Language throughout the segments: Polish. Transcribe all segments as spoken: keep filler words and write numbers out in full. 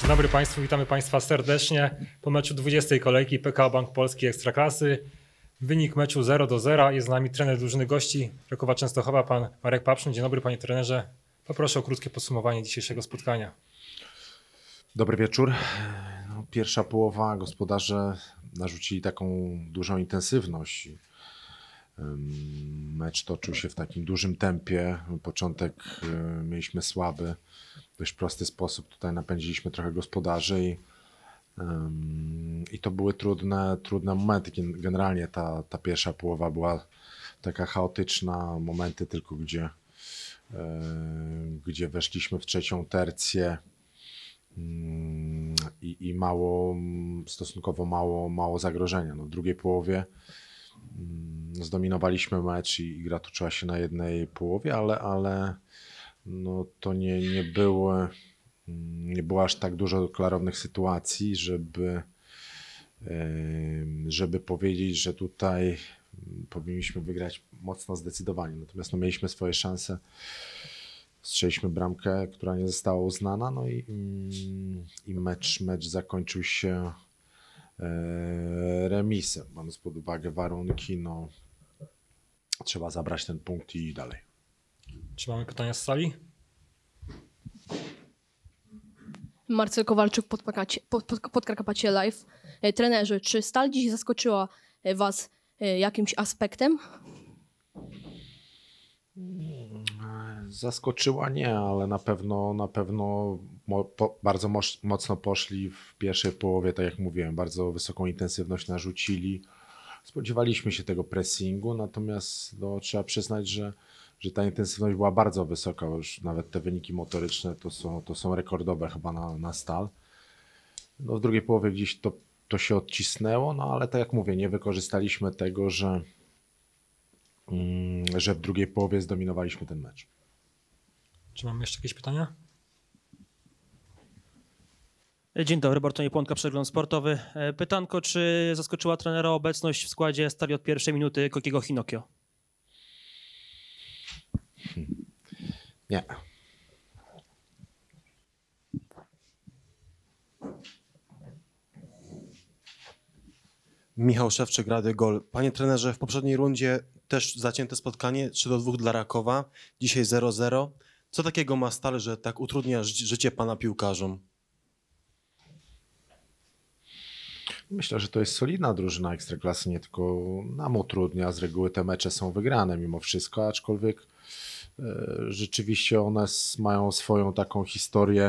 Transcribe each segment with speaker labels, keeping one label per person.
Speaker 1: Dzień dobry Państwu, witamy Państwa serdecznie po meczu dwudziestej kolejki P K O Bank Polski Ekstraklasy. Wynik meczu zero do zera. Jest z nami trener drużyny gości Rakowa Częstochowa, pan Marek Papszun. Dzień dobry panie trenerze. Poproszę o krótkie podsumowanie dzisiejszego spotkania.
Speaker 2: Dobry wieczór. No, pierwsza połowa gospodarze narzucili taką dużą intensywność. Mecz toczył się w takim dużym tempie. Początek mieliśmy słaby. W dość prosty sposób tutaj napędziliśmy trochę gospodarzy i, i to były trudne, trudne momenty. Generalnie ta, ta pierwsza połowa była taka chaotyczna. Momenty tylko, gdzie, gdzie weszliśmy w trzecią tercję i, i mało, stosunkowo mało, mało zagrożenia. No, w drugiej połowie zdominowaliśmy mecz i, i gra toczyła się na jednej połowie, ale, ale no to nie, nie było, nie było aż tak dużo klarownych sytuacji, żeby, żeby powiedzieć, że tutaj powinniśmy wygrać mocno zdecydowanie. Natomiast no, mieliśmy swoje szanse, strzeliśmy bramkę, która nie została uznana, no i, i mecz, mecz zakończył się remisem. Mając pod uwagę warunki, no trzeba zabrać ten punkt i dalej.
Speaker 1: Czy mamy pytania z sali?
Speaker 3: Marcel Kowalczyk, Podkarpacie, pod, pod, Podkarpacie Live. Trenerzy, czy Stal dziś zaskoczyła was jakimś aspektem?
Speaker 2: Zaskoczyła nie, ale na pewno na pewno mo, po, bardzo moc, mocno poszli w pierwszej połowie, tak jak mówiłem, bardzo wysoką intensywność narzucili. Spodziewaliśmy się tego pressingu, natomiast no, trzeba przyznać, że, że ta intensywność była bardzo wysoka, już nawet te wyniki motoryczne to są, to są rekordowe chyba na, na Stal. No, w drugiej połowie gdzieś to, to się odcisnęło, no ale tak jak mówię, nie wykorzystaliśmy tego, że, mm, że w drugiej połowie zdominowaliśmy ten mecz.
Speaker 1: Czy mamy jeszcze jakieś pytania?
Speaker 4: Dzień dobry, Bartłomiej Płonka, Przegląd Sportowy. Pytanko, czy zaskoczyła trenera obecność w składzie Stali od pierwszej minuty Kokiego Hinokio?
Speaker 2: Hmm. Nie.
Speaker 5: Michał Szewczyk, Rady Gol. Panie trenerze, w poprzedniej rundzie też zacięte spotkanie, trzy do dwóch dla Rakowa, dzisiaj zero zero. Co takiego ma Stal, że tak utrudnia życie pana piłkarzom?
Speaker 2: Myślę, że to jest solidna drużyna Ekstraklasy, nie tylko nam utrudnia. Z reguły te mecze są wygrane mimo wszystko, aczkolwiek e, rzeczywiście one mają swoją taką historię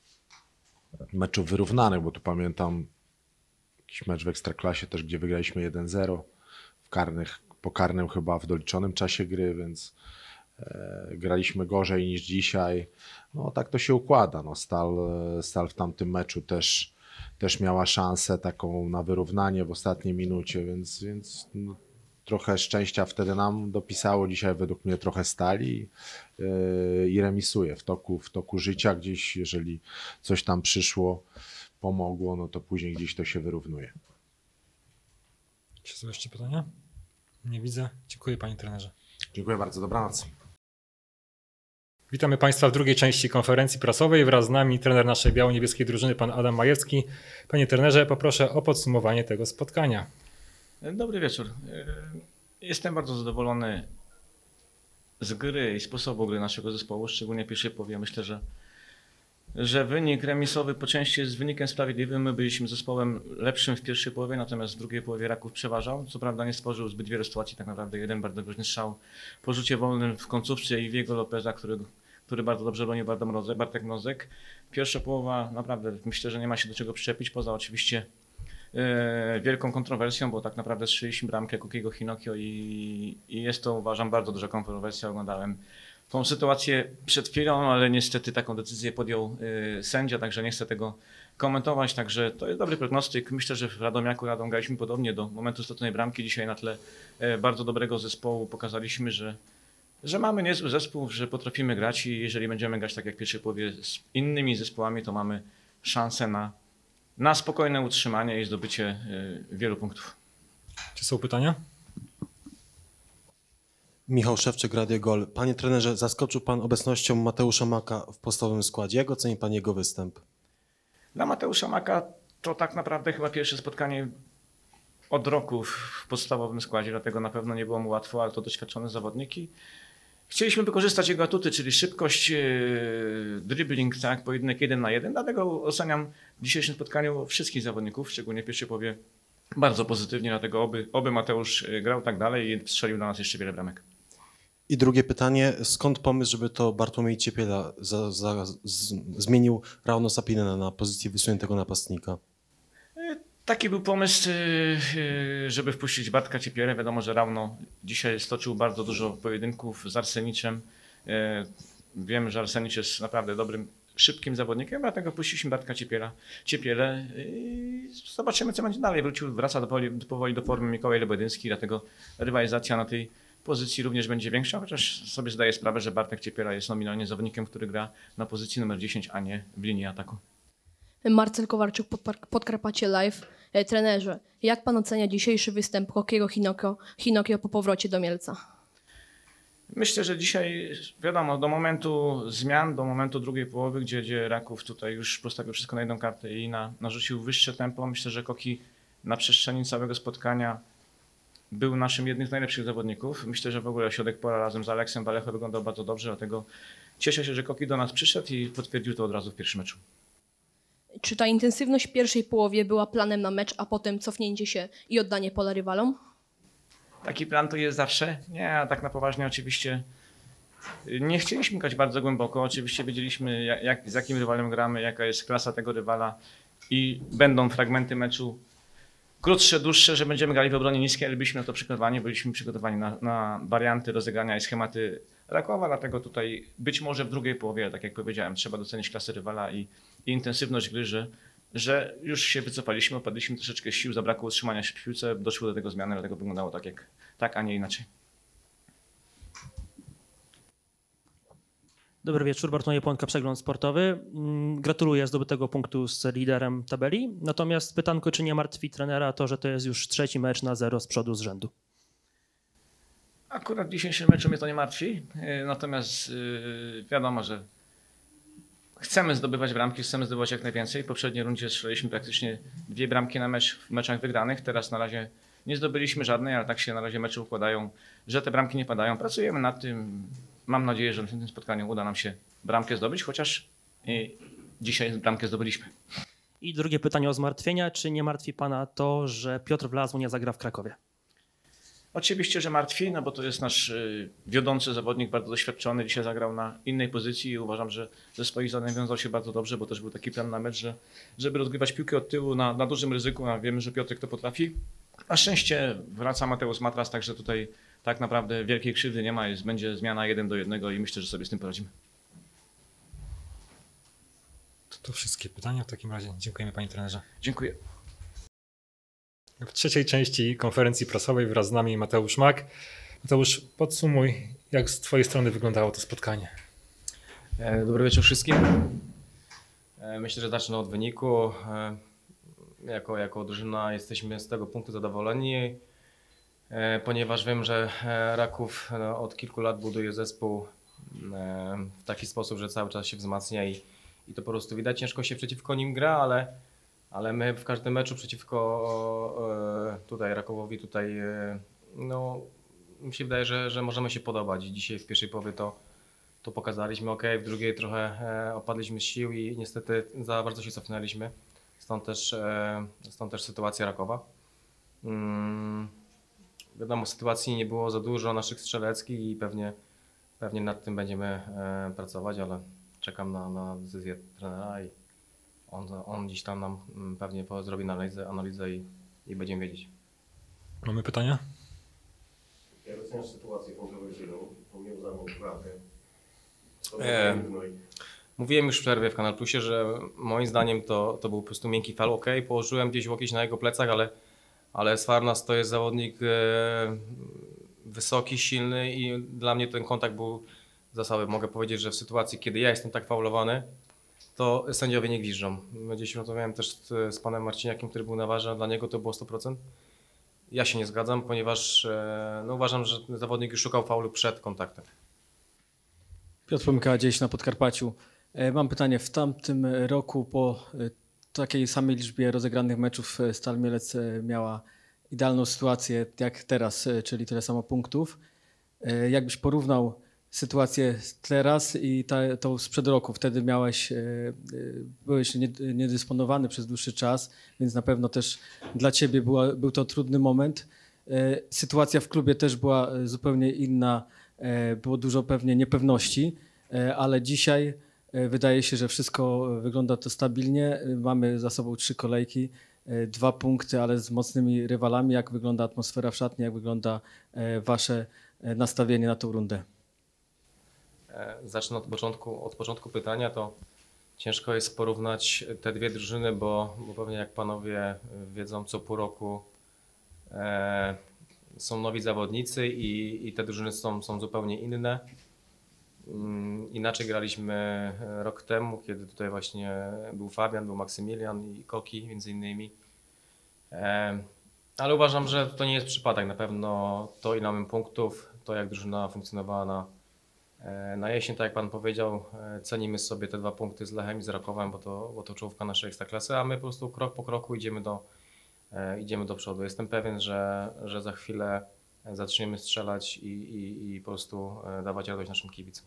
Speaker 2: meczów wyrównanych, bo tu pamiętam jakiś mecz w Ekstraklasie też, gdzie wygraliśmy jeden zero w karnych, po karnym chyba w doliczonym czasie gry, więc e, graliśmy gorzej niż dzisiaj. No tak to się układa. No, Stal, Stal w tamtym meczu też też miała szansę taką na wyrównanie w ostatniej minucie, więc, więc no, trochę szczęścia wtedy nam dopisało. Dzisiaj według mnie trochę Stali yy, i remisuje w toku, w toku życia gdzieś, jeżeli coś tam przyszło, pomogło, no to później gdzieś to się wyrównuje.
Speaker 1: Czy są jeszcze pytania? Nie widzę. Dziękuję panie trenerze.
Speaker 2: Dziękuję bardzo, dobranoc.
Speaker 1: Witamy Państwa w drugiej części konferencji prasowej. Wraz z nami trener naszej biało-niebieskiej drużyny, pan Adam Majewski. Panie trenerze, poproszę o podsumowanie tego spotkania.
Speaker 6: Dobry wieczór. Jestem bardzo zadowolony z gry i sposobu gry naszego zespołu, szczególnie w pierwszej połowie. Myślę, że, że wynik remisowy po części jest wynikiem sprawiedliwym. My byliśmy zespołem lepszym w pierwszej połowie, natomiast w drugiej połowie Raków przeważał. Co prawda nie stworzył zbyt wiele sytuacji, tak naprawdę jeden bardzo groźny strzał po rzucie wolnym w końcówce i Diego Lopeza, który który bardzo dobrze bronił Bartek Mrozek. Pierwsza połowa naprawdę myślę, że nie ma się do czego przyczepić, poza oczywiście e, wielką kontrowersją, bo tak naprawdę strzeliśmy bramkę Kokiego Hinokio i, i jest to, uważam, bardzo duża kontrowersja. Oglądałem tą sytuację przed chwilą, ale niestety taką decyzję podjął e, sędzia, także nie chcę tego komentować, także to jest dobry prognostyk. Myślę, że w Radomiaku Radom graliśmy podobnie do momentu straconej bramki. Dzisiaj na tle e, bardzo dobrego zespołu pokazaliśmy, że że mamy niezły zespół, że potrafimy grać i jeżeli będziemy grać tak jak w pierwszej połowie z innymi zespołami, to mamy szansę na, na spokojne utrzymanie i zdobycie y, wielu punktów.
Speaker 1: Czy są pytania?
Speaker 5: Michał Szewczyk, Radio Gol. Panie trenerze, zaskoczył pan obecnością Mateusza Maka w podstawowym składzie. Jak oceni pan jego występ?
Speaker 6: Dla Mateusza Maka to tak naprawdę chyba pierwsze spotkanie od roku w podstawowym składzie, dlatego na pewno nie było mu łatwo, ale to doświadczony zawodnik i chcieliśmy wykorzystać jego atuty, czyli szybkość, yy, dribbling, tak, pojedynek jeden na jeden, dlatego oceniam w dzisiejszym spotkaniu wszystkich zawodników, szczególnie w pierwszej połowie, bardzo pozytywnie, dlatego oby, oby Mateusz grał tak dalej i strzelił dla nas jeszcze wiele bramek.
Speaker 5: I drugie pytanie, skąd pomysł, żeby to Bartłomiej Ciepiela za, za, z, zmienił Rauno Sapinena na pozycję wysuniętego napastnika?
Speaker 6: Taki był pomysł, żeby wpuścić Bartka Ciepierę. Wiadomo, że Rauno dzisiaj stoczył bardzo dużo pojedynków z Arseniczem. Wiem, że Arsenicz jest naprawdę dobrym, szybkim zawodnikiem, dlatego puściliśmy Bartka Ciepiera, Ciepierę i zobaczymy, co będzie dalej. Wrócił, wraca do powoli, powoli do formy Mikołaj Lebedyński, dlatego rywalizacja na tej pozycji również będzie większa, chociaż sobie zdaję sprawę, że Bartek Ciepiera jest nominalnie zawodnikiem, który gra na pozycji numer dziesięć, a nie w linii ataku.
Speaker 3: Marcel Kowalczyk, Podpar- Podkarpacie Live. E, trenerze, jak pan ocenia dzisiejszy występ Kokiego Hinoko, Hinokio po powrocie do Mielca?
Speaker 6: Myślę, że dzisiaj, wiadomo, do momentu zmian, do momentu drugiej połowy, gdzie, gdzie Raków tutaj już postawił wszystko na jedną kartę i na, narzucił wyższe tempo, myślę, że Koki na przestrzeni całego spotkania był naszym jednym z najlepszych zawodników. Myślę, że w ogóle środek pola razem z Aleksem Walecho wyglądał bardzo dobrze, dlatego cieszę się, że Koki do nas przyszedł i potwierdził to od razu w pierwszym meczu.
Speaker 3: Czy ta intensywność w pierwszej połowie była planem na mecz, a potem cofnięcie się i oddanie pola rywalom?
Speaker 6: Taki plan to jest zawsze. Nie, a tak na poważnie oczywiście nie chcieliśmy grać bardzo głęboko. Oczywiście wiedzieliśmy, jak, jak, z jakim rywalem gramy, jaka jest klasa tego rywala i będą fragmenty meczu krótsze, dłuższe, że będziemy grali w obronie niskiej, ale byliśmy na to przygotowani, byliśmy przygotowani na, na warianty rozegrania i schematy Rakowa, dlatego tutaj być może w drugiej połowie, tak jak powiedziałem, trzeba docenić klasę rywala i, i intensywność gry, że, że już się wycofaliśmy, opadliśmy troszeczkę sił, zabrakło utrzymania się w piłce, doszło do tego zmiany, dlatego wyglądało tak, jak, tak a nie inaczej.
Speaker 4: Dobry wieczór, Bartłomiej Płonka, Przegląd Sportowy. Mm, Gratuluję zdobytego punktu z liderem tabeli. Natomiast pytanko, czy nie martwi trenera to, że to jest już trzeci mecz na zero z przodu z rzędu?
Speaker 6: Akurat w dzisiejszym meczu mnie to nie martwi, natomiast yy, wiadomo, że chcemy zdobywać bramki, chcemy zdobywać jak najwięcej. W poprzedniej rundzie strzeliliśmy praktycznie dwie bramki na mecz w meczach wygranych. Teraz na razie nie zdobyliśmy żadnej, ale tak się na razie mecze układają, że te bramki nie padają. Pracujemy nad tym. Mam nadzieję, że w tym spotkaniu uda nam się bramkę zdobyć, chociaż yy, dzisiaj bramkę zdobyliśmy.
Speaker 4: I drugie pytanie o zmartwienia. Czy nie martwi pana to, że Piotr Wlazł nie zagra w Krakowie?
Speaker 6: Oczywiście, że martwi, no bo to jest nasz y, wiodący zawodnik, bardzo doświadczony. Dzisiaj zagrał na innej pozycji i uważam, że ze swoich zadań wiązał się bardzo dobrze, bo też był taki plan na mecz, że, żeby rozgrywać piłkę od tyłu na, na dużym ryzyku, a wiemy, że Piotrek to potrafi. Na szczęście wraca Mateusz Matras, także tutaj tak naprawdę wielkiej krzywdy nie ma, jest, będzie zmiana jeden do jednego i myślę, że sobie z tym poradzimy.
Speaker 1: To, to wszystkie pytania w takim razie. Dziękujemy panie trenerze.
Speaker 6: Dziękuję.
Speaker 1: W trzeciej części konferencji prasowej wraz z nami Mateusz Mak. Mateusz, podsumuj, jak z twojej strony wyglądało to spotkanie.
Speaker 7: E, Dobry wieczór wszystkim. E, Myślę, że zacznę od wyniku. E, Jako, jako drużyna jesteśmy z tego punktu zadowoleni, e, ponieważ wiem, że e, Raków no, od kilku lat buduje zespół e, w taki sposób, że cały czas się wzmacnia i, i to po prostu widać. Ciężko się przeciwko nim gra, ale, ale my w każdym meczu przeciwko e, tutaj Rakowowi tutaj e, no, mi się wydaje, że, że możemy się podobać. Dzisiaj w pierwszej połowie to To pokazaliśmy, ok, w drugiej trochę e, opadliśmy z sił i niestety za bardzo się cofnęliśmy. Stąd też, e, stąd też sytuacja Rakowa. Mm, wiadomo, sytuacji nie było za dużo naszych strzeleckich i pewnie, pewnie nad tym będziemy e, pracować, ale czekam na, na decyzję trenera i on, on dziś tam nam mm, pewnie zrobi analizę, analizę i, i będziemy wiedzieć.
Speaker 1: Mamy pytania?
Speaker 8: Jak oceniasz sytuację kontrowersyjną, pomimo zamów bramkę?
Speaker 7: E, Mówiłem już w przerwie w Kanal Plusie, że moim zdaniem to, to był po prostu miękki fal. Ok, położyłem gdzieś łokieć na jego plecach, ale, ale Svarnas to jest zawodnik e, wysoki, silny i dla mnie ten kontakt był zasadowy. Mogę powiedzieć, że w sytuacji, kiedy ja jestem tak faulowany, to sędziowie nie gwiżdżą. Gdzieś rozmawiałem też z, z panem Marciniakiem, który był na warze, dla niego to było sto procent. Ja się nie zgadzam, ponieważ e, no, uważam, że zawodnik już szukał faulu przed kontaktem.
Speaker 9: Piotr Pomyka, gdzieś na Podkarpaciu. Mam pytanie. W tamtym roku po takiej samej liczbie rozegranych meczów e, Stal Mielec e, miała idealną sytuację jak teraz, e, czyli tyle samo punktów. E, Jakbyś porównał sytuację teraz i ta, tą sprzed roku, wtedy miałeś, e, e, byłeś nie- niedysponowany przez dłuższy czas, więc na pewno też dla ciebie była, był to trudny moment. E, Sytuacja w klubie też była e, zupełnie inna, e, było dużo pewnie niepewności, e, ale dzisiaj e, wydaje się, że wszystko wygląda to stabilnie. E, Mamy za sobą trzy kolejki, e, dwa punkty, ale z mocnymi rywalami. Jak wygląda atmosfera w szatni, jak wygląda e, wasze e, nastawienie na tą rundę?
Speaker 7: E, Zacznę od początku, od początku pytania, to ciężko jest porównać te dwie drużyny, bo, bo pewnie jak panowie wiedzą, co pół roku e, są nowi zawodnicy i, i te drużyny są, są zupełnie inne. Mm, Inaczej graliśmy rok temu, kiedy tutaj właśnie był Fabian, był Maksymilian i Koki między innymi. E, Ale uważam, że to nie jest przypadek. Na pewno to, ile mamy punktów, to jak drużyna funkcjonowała na, e, na jesień, tak jak pan powiedział, e, cenimy sobie te dwa punkty z Lechem i z Rakowem, bo to, bo to czołówka naszej ekstraklasy, a my po prostu krok po kroku idziemy do, e, idziemy do przodu. Jestem pewien, że, że za chwilę zaczniemy strzelać i, i, i po prostu e, dawać radość naszym kibicom.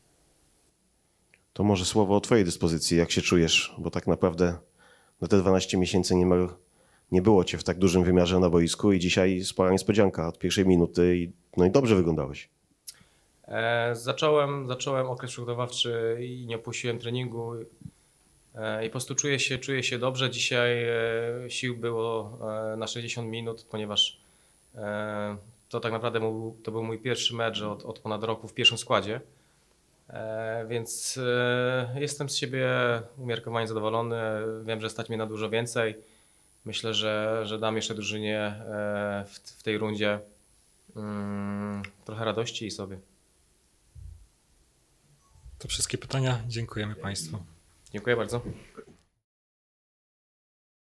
Speaker 8: To może słowo o twojej dyspozycji, jak się czujesz, bo tak naprawdę na te dwanaście miesięcy niemal nie było cię w tak dużym wymiarze na boisku i dzisiaj spora niespodzianka od pierwszej minuty i, no i dobrze wyglądałeś.
Speaker 7: E, Zacząłem, zacząłem okres przygotowawczy i nie opuściłem treningu e, i po prostu czuję się, czuję się dobrze. Dzisiaj e, sił było e, na sześćdziesiąt minut, ponieważ e, to tak naprawdę był, to był mój pierwszy mecz od, od ponad roku w pierwszym składzie. E, Więc e, jestem z siebie umiarkowanie zadowolony. Wiem, że stać mnie na dużo więcej. Myślę, że, że dam jeszcze drużynie e, w, w tej rundzie mm, trochę radości i sobie.
Speaker 1: To wszystkie pytania. Dziękujemy Państwu.
Speaker 7: Dziękuję bardzo.